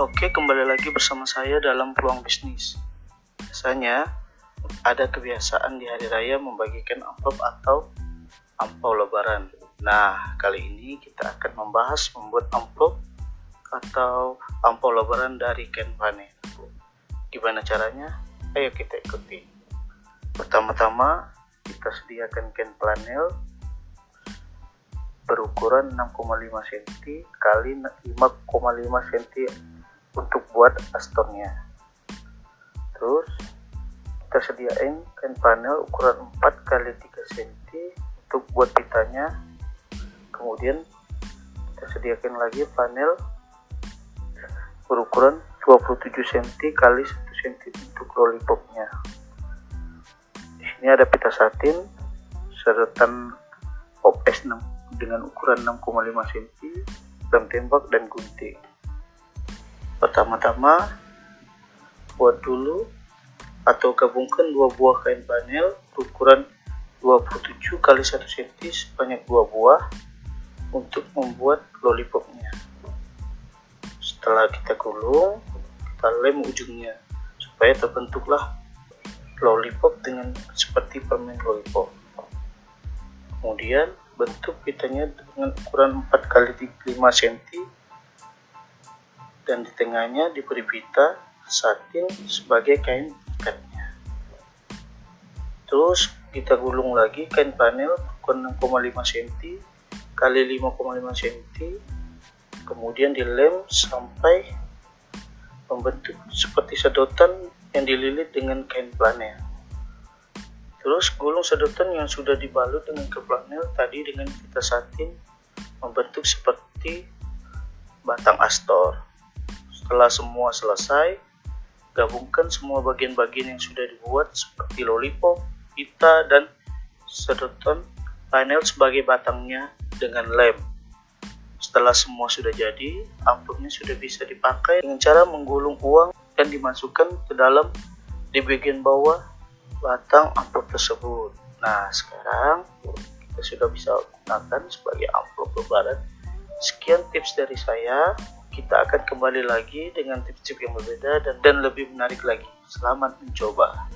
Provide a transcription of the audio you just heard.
Oke, kembali lagi bersama saya dalam Peluang Bisnis. Biasanya ada kebiasaan di hari raya membagikan amplop atau angpau lebaran. Nah, kali ini kita akan membahas membuat amplop atau angpau lebaran dari kain panel. Gimana caranya? Ayo kita ikuti. Pertama-tama kita sediakan kain panel berukuran 6,5 cm kali 5,5 cm untuk buat astornya. Terus kita sediain kain panel ukuran 4 kali 3 cm untuk buat pitanya. Kemudian kita sediakan lagi panel berukuran 27 cm kali 1 cm untuk lollipopnya. Di sini ada pita satin, sedotan OPS dengan ukuran 6,5 cm, lem tembak dan gunting. Pertama-tama buat dulu atau gabungkan 2 buah kain panel berukuran 27 kali 1 cm sebanyak 2 buah untuk membuat lollipopnya. Setelah kita gulung, kita lem ujungnya supaya terbentuklah lollipop dengan seperti permen lollipop. Kemudian bentuk pitanya dengan ukuran 4 kali 5 cm dan di tengahnya diberi pita satin sebagai kain ikatnya. Terus kita gulung lagi kain panel ukuran 6,5 cm kali 5,5 cm, kemudian dilem sampai membentuk seperti sedotan yang dililit dengan kain panel. Terus gulung sedotan yang sudah dibalut dengan kain panel tadi dengan pita satin membentuk seperti batang astor. Setelah semua selesai, gabungkan semua bagian-bagian yang sudah dibuat seperti lollipop, pita, dan sedotan panel sebagai batangnya dengan lem. Setelah semua sudah jadi, amplopnya sudah bisa dipakai dengan cara menggulung uang dan dimasukkan ke dalam di bagian bawah batang amplop tersebut. Nah, sekarang kita sudah bisa gunakan sebagai amplop lebaran. Sekian tips dari saya. Kita akan kembali lagi dengan tips-tips yang berbeda dan lebih menarik lagi. Selamat mencoba.